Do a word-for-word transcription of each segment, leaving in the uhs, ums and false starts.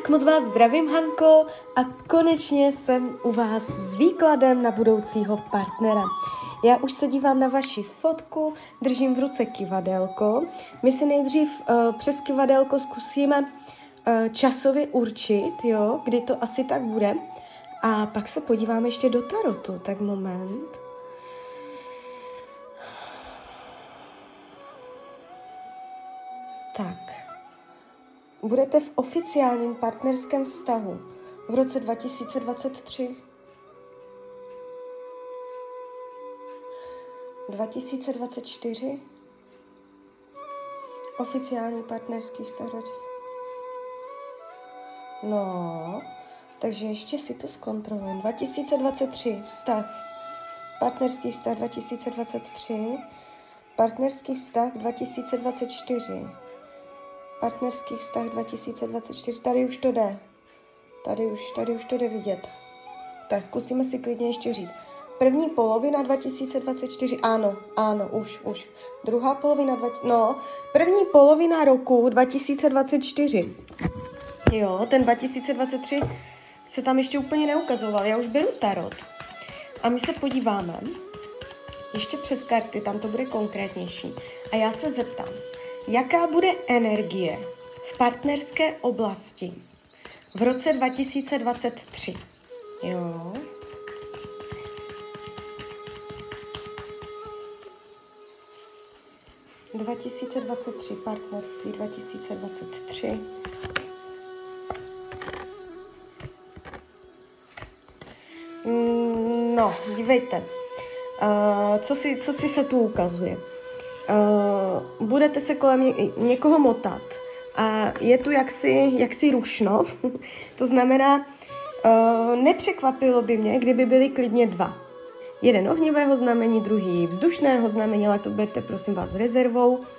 moc vás zdravím, Hanko, a konečně jsem u vás s výkladem na budoucího partnera. Já už se dívám na vaši fotku, držím v ruce kivadélko. My si nejdřív uh, přes kivadélko zkusíme uh, časově určit, jo, kdy to asi tak bude. A pak se podíváme ještě do tarotu, tak moment. Tak. Budete v oficiálním partnerském vztahu v roce dva tisíce dvacet tři. dva tisíce dvacet čtyři. Oficiální partnerský vztah. No, takže ještě si to zkontrolujeme. dva tisíce dvacet tři vztah. Partnerský vztah dva tisíce dvacet tři. Partnerský vztah dva tisíce dvacet čtyři. Partnerský vztah dva tisíce dvacet čtyři, tady už to jde. Tady už, tady už to jde vidět. Tak zkusíme si klidně ještě říct. První polovina dva tisíce dvacet čtyři, ano, ano, už, už. Druhá polovina, dva, no, první polovina roku dva tisíce dvacet čtyři. Jo, ten dva tisíce dvacet tři se tam ještě úplně neukazoval, já už beru tarot. A my se podíváme, ještě přes karty, tam to bude konkrétnější. A já se zeptám, jaká bude energie v partnerské oblasti v roce dva tisíce dvacet tři? Jo. dva tisíce dvacet tři, partnerství dva tisíce dvacet tři. No, dívejte, uh, co, si, co si se tu ukazuje. Uh, budete se kolem ně, někoho motat a je tu jaksi, jaksi rušno, to znamená, uh, nepřekvapilo by mě, kdyby byli klidně dva. Jeden ohnivého znamení, druhý vzdušného znamení, ale to berte prosím vás s rezervou. Uh,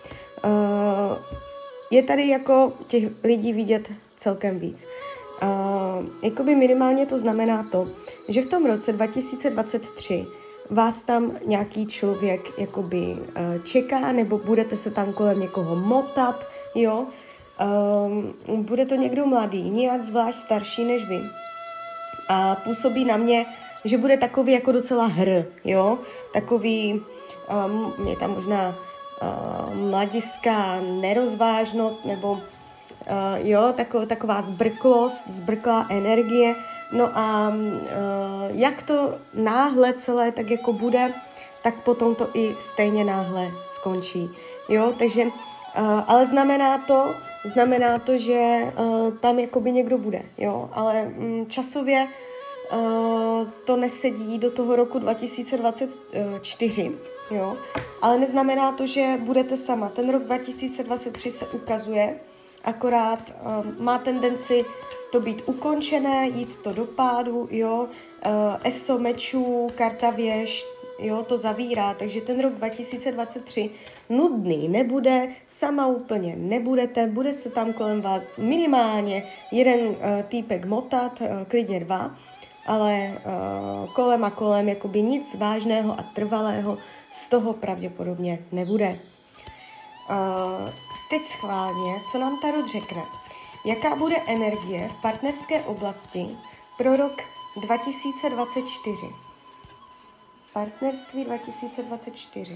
je tady jako těch lidí vidět celkem víc. Uh, jakoby minimálně to znamená to, že v tom roce dva tisíce dvacet tři vás tam nějaký člověk jakoby uh, čeká, nebo budete se tam kolem někoho motat, jo. Uh, bude to někdo mladý, nějak zvlášť starší než vy. A působí na mě, že bude takový jako docela hr, jo. Takový, um, je tam možná uh, mladiská nerozvážnost, nebo Uh, jo, tako, taková zbrklost, zbrklá energie. No a uh, jak to náhle celé tak jako bude, tak potom to i stejně náhle skončí. Jo, takže, uh, ale znamená to, znamená to, že uh, tam jakoby někdo bude, jo, ale um, časově uh, to nesedí do toho roku dva tisíce dvacet čtyři, jo, ale neznamená to, že budete sama. Ten rok dva tisíce dvacet tři se ukazuje, akorát um, má tendenci to být ukončené, jít to do pádu, jo, uh, eso mečů, karta věž, jo, to zavírá, takže ten rok dva tisíce dvacet tři nudný nebude, sama úplně nebudete, bude se tam kolem vás minimálně jeden uh, týpek motat, uh, klidně dva, ale uh, kolem a kolem jakoby nic vážného a trvalého z toho pravděpodobně nebude. Uh, teď schválně, co nám tarot řekne. Jaká bude energie v partnerské oblasti pro rok dva tisíce dvacet čtyři? Partnerství dva tisíce dvacet čtyři.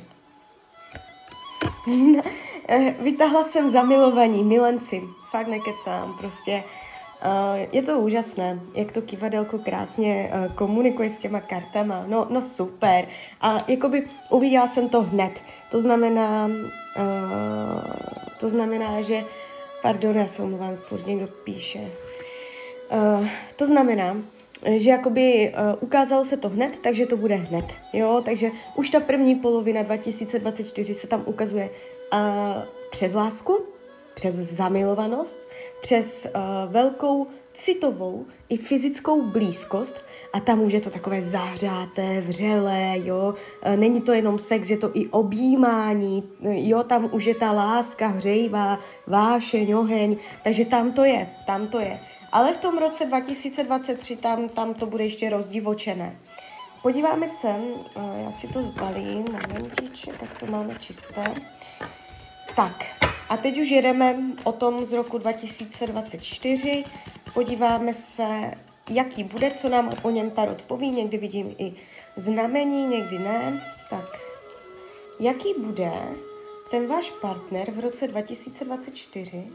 Vytáhla jsem zamilovaní, milenci. Fakt nekecám, prostě. Uh, je to úžasné, jak to kivadelko krásně uh, komunikuje s těma kartama. No, no super. A jakoby uviděla jsem to hned. To znamená, uh, to znamená, že, pardon, já se omlouvám, furt někdo píše. Uh, to znamená, že jakoby uh, ukázalo se to hned, takže to bude hned. Jo, takže už ta první polovina dva tisíce dvacet čtyři se tam ukazuje uh, přes lásku, přes zamilovanost, přes uh, velkou citovou i fyzickou blízkost a tam už je to takové zahřáté, vřelé, jo, uh, není to jenom sex, je to i objímání, jo, tam už je ta láska hřejivá, vášeň, oheň, takže tam to je, tam to je. Ale v tom roce dva tisíce dvacet tři tam, tam to bude ještě rozdivočené. Podíváme se, uh, já si to zbalím, momentíček, tak to máme čisté. Tak, a teď už jedeme o tom z roku dva tisíce dvacet čtyři. podíváme se, jaký bude, co nám o něm tarot poví. Někdy vidím i znamení, někdy ne. Tak, jaký bude ten váš partner v roce dva tisíce dvacet čtyři?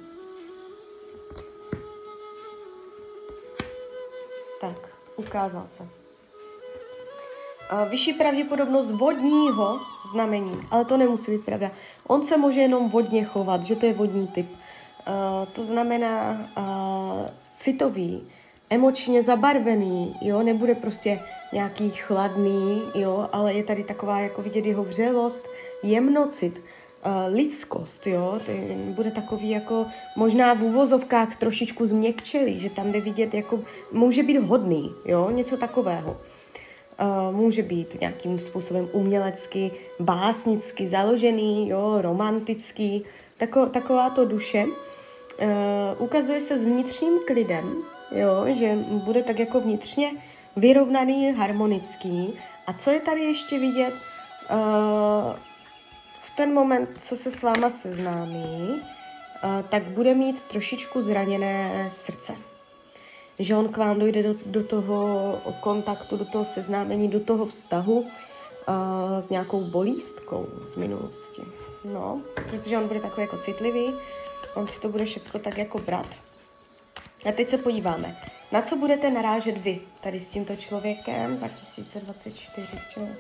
Tak, ukázal se. Vyšší pravděpodobnost vodního znamení, ale to nemusí být pravda. On se může jenom vodně chovat, že to je vodní typ. Uh, to znamená uh, citový, emočně zabarvený, jo, nebude prostě nějaký chladný, jo, ale je tady taková, jako vidět jeho vřelost, jemnocit, uh, lidskost, jo, to je, bude takový jako možná v úvozovkách trošičku změkčelý, že tam jde vidět, jako může být hodný, jo, něco takového. Uh, může být nějakým způsobem umělecky, básnicky založený, jo, romantický, tako, taková to duše. Uh, ukazuje se s vnitřním klidem, jo, že bude tak jako vnitřně vyrovnaný, harmonický. A co je tady ještě vidět? Uh, v ten moment, co se s váma seznámí, uh, tak bude mít trošičku zraněné srdce. Že on k vám dojde do, do toho kontaktu, do toho seznámení, do toho vztahu uh, s nějakou bolístkou z minulosti. No, protože on bude takový jako citlivý, on si to bude všechno tak jako brát. A teď se podíváme, na co budete narážet vy tady s tímto člověkem dva tisíce dvacet čtyři. S čím?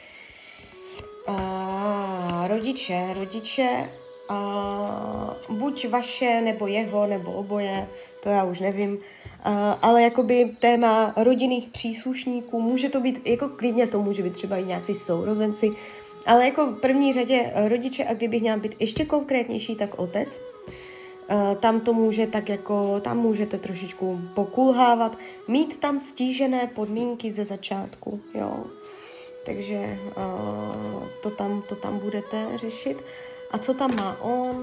Uh, rodiče, rodiče, uh, buď vaše, nebo jeho, nebo oboje, to já už nevím, uh, ale jakoby téma rodinných příslušníků, může to být, jako klidně to může být třeba i nějací sourozenci, ale jako v první řadě rodiče, a kdybych měla být ještě konkrétnější, tak otec. Uh, tam to může tak jako, tam můžete trošičku pokulhávat, mít tam stížené podmínky ze začátku, jo. Takže uh, to, tam, to tam budete řešit. A co tam má on?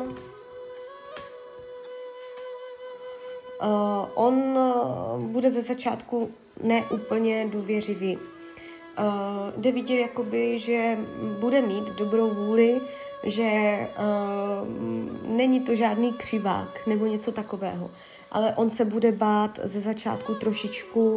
Uh, on uh, bude ze začátku neúplně důvěřivý. Uh, jde vidět, jakoby, že bude mít dobrou vůli, že uh, není to žádný křivák nebo něco takového. Ale on se bude bát ze začátku trošičku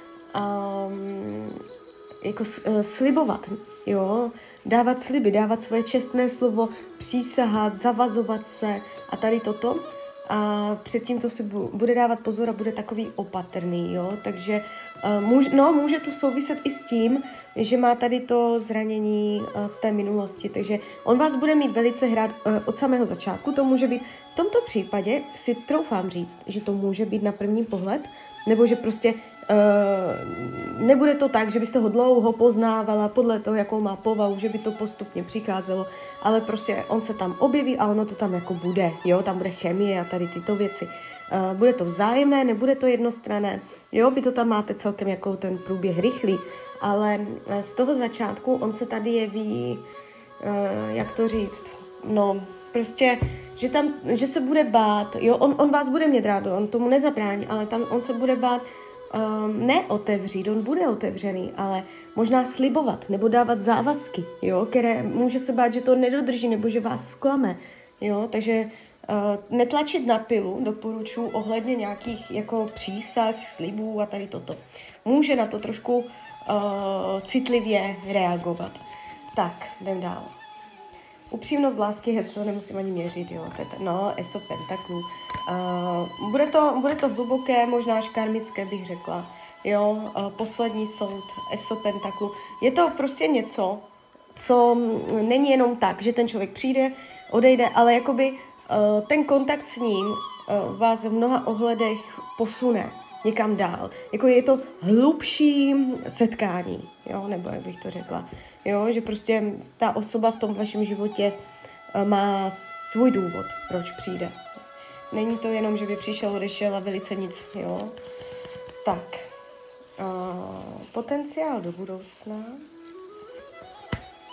um, jako slibovat, jo, dávat sliby, dávat svoje čestné slovo, přísahat, zavazovat se a tady toto. A předtím to si bude dávat pozor a bude takový opatrný, jo, takže uh, můž, no, může to souviset i s tím, že má tady to zranění uh, z té minulosti, takže on vás bude mít velice hrát uh, od samého začátku, to může být, v tomto případě si troufám říct, že to může být na první pohled, nebo že prostě Uh, nebude to tak, že byste ho dlouho poznávala podle toho, jakou má povahu, že by to postupně přicházelo, ale prostě on se tam objeví a ono to tam jako bude, jo, tam bude chemie a tady tyto věci. Uh, bude to vzájemné, nebude to jednostranné, jo, vy to tam máte celkem jako ten průběh rychlý, ale z toho začátku on se tady jeví, uh, jak to říct, no, prostě, že tam, že se bude bát, jo, on, on vás bude mít rád, on tomu nezabrání, ale tam on se bude bát Um, neotevřít, on bude otevřený, ale možná slibovat nebo dávat závazky, jo, které může se bát, že to nedodrží nebo že vás zklame, jo, takže uh, netlačit na pilu, doporučuji ohledně nějakých jako přísah, slibů a tady toto. Může na to trošku uh, citlivě reagovat. Tak, jdem dál. Upřímnost lásky, to nemusím ani měřit, jo, to je, no, eso pentaklů. Uh, bude, to, bude to hluboké, možná až karmické, bych řekla, jo, uh, poslední soud, eso pentaklů. Je to prostě něco, co není jenom tak, že ten člověk přijde, odejde, ale jakoby uh, ten kontakt s ním uh, vás v mnoha ohledech posune někam dál. Jako je to hlubší setkání, jo, nebo jak bych to řekla. Jo, že prostě ta osoba v tom vašem životě uh, má svůj důvod, proč přijde. Není to jenom, že by přišel, odešel a velice nic, jo. Tak, uh, potenciál do budoucna.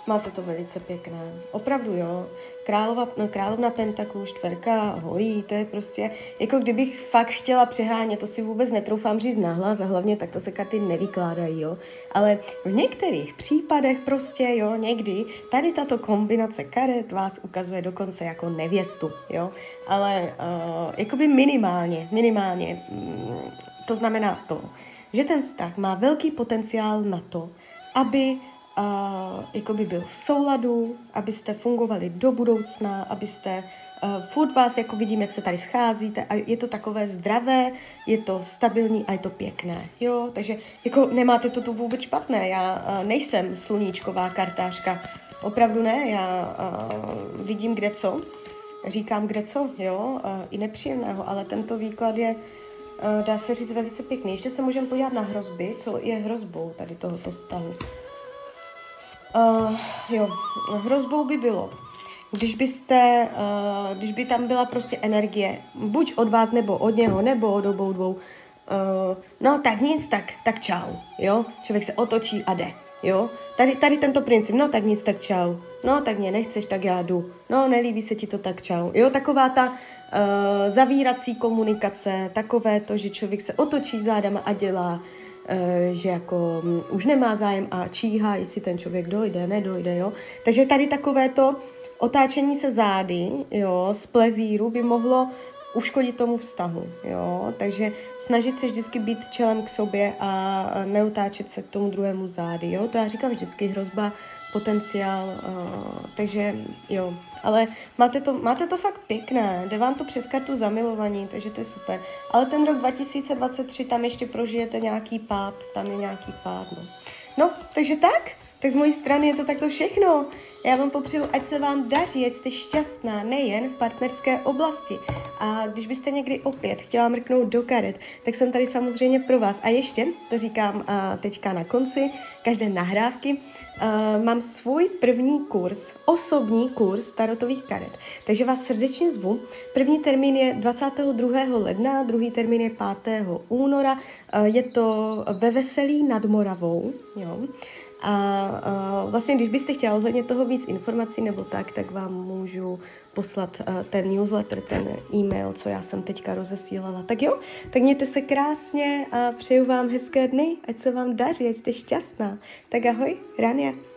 Máte to velice pěkné. Opravdu, jo. Králova, no, královna pentaklů, čtverka holí, to je prostě, jako kdybych fakt chtěla přehánět, to si vůbec netroufám říct nahlas a hlavně tak to se karty nevykládají, jo. Ale v některých případech prostě, jo, někdy tady tato kombinace karet vás ukazuje dokonce jako nevěstu, jo. Ale uh, jakoby minimálně, minimálně, mm, to znamená to, že ten vztah má velký potenciál na to, aby Uh, jakoby byl v souladu, abyste fungovali do budoucna, abyste uh, furt vás, jako vidím, jak se tady scházíte a je to takové zdravé, je to stabilní a je to pěkné, jo, takže jako nemáte to tu vůbec špatné, já uh, nejsem sluníčková kartářka, opravdu ne, já uh, vidím kde co, říkám kde co, jo, uh, i nepříjemného, ale tento výklad je, uh, dá se říct, velice pěkný. Ještě se můžeme podívat na hrozby, co je hrozbou tady tohoto vztahu. Uh, jo, hrozbou by bylo, když byste, uh, když by tam byla prostě energie, buď od vás, nebo od něho, nebo od obou dvou, uh, no tak nic, tak, tak čau, jo, člověk se otočí a jde, jo, tady, tady tento princip, no tak nic, tak čau, no tak mě nechceš, tak já jdu, no nelíbí se ti to, tak čau, jo, taková ta uh, zavírací komunikace, takové to, že člověk se otočí zádama a dělá, že jako už nemá zájem a číhá, jestli ten člověk dojde, nedojde, jo. Takže tady takovéto otáčení se zády, jo, z plezíru by mohlo uškodit tomu vztahu, jo. Takže snažit se vždycky být čelem k sobě a neotáčet se k tomu druhému zády, jo. To já říkám vždycky hrozba, potenciál, uh, takže jo. Ale máte to, máte to fakt pěkné, jde vám to přes kartu zamilovaní, takže to je super. Ale ten rok dva tisíce dvacet tři, tam ještě prožijete nějaký pád, tam je nějaký pád, no. No, takže tak, tak z mojí strany je to takto všechno. Já vám popřeju, ať se vám daří, ať jste šťastná, nejen v partnerské oblasti. A když byste někdy opět chtěla mrknout do karet, tak jsem tady samozřejmě pro vás. A ještě, to říkám a teďka na konci každé nahrávky, uh, mám svůj první kurz, osobní kurz tarotových karet. Takže vás srdečně zvu. První termín je dvacátého druhého ledna, druhý termín je pátého února. Uh, je to ve Veselí nad Moravou, jo. A, a vlastně, když byste chtěla ohledně toho víc informací nebo tak, tak vám můžu poslat uh, ten newsletter, ten e-mail, co já jsem teďka rozesílala. Tak jo, tak mějte se krásně a přeju vám hezké dny, ať se vám daří, ať jste šťastná. Tak ahoj, Rania.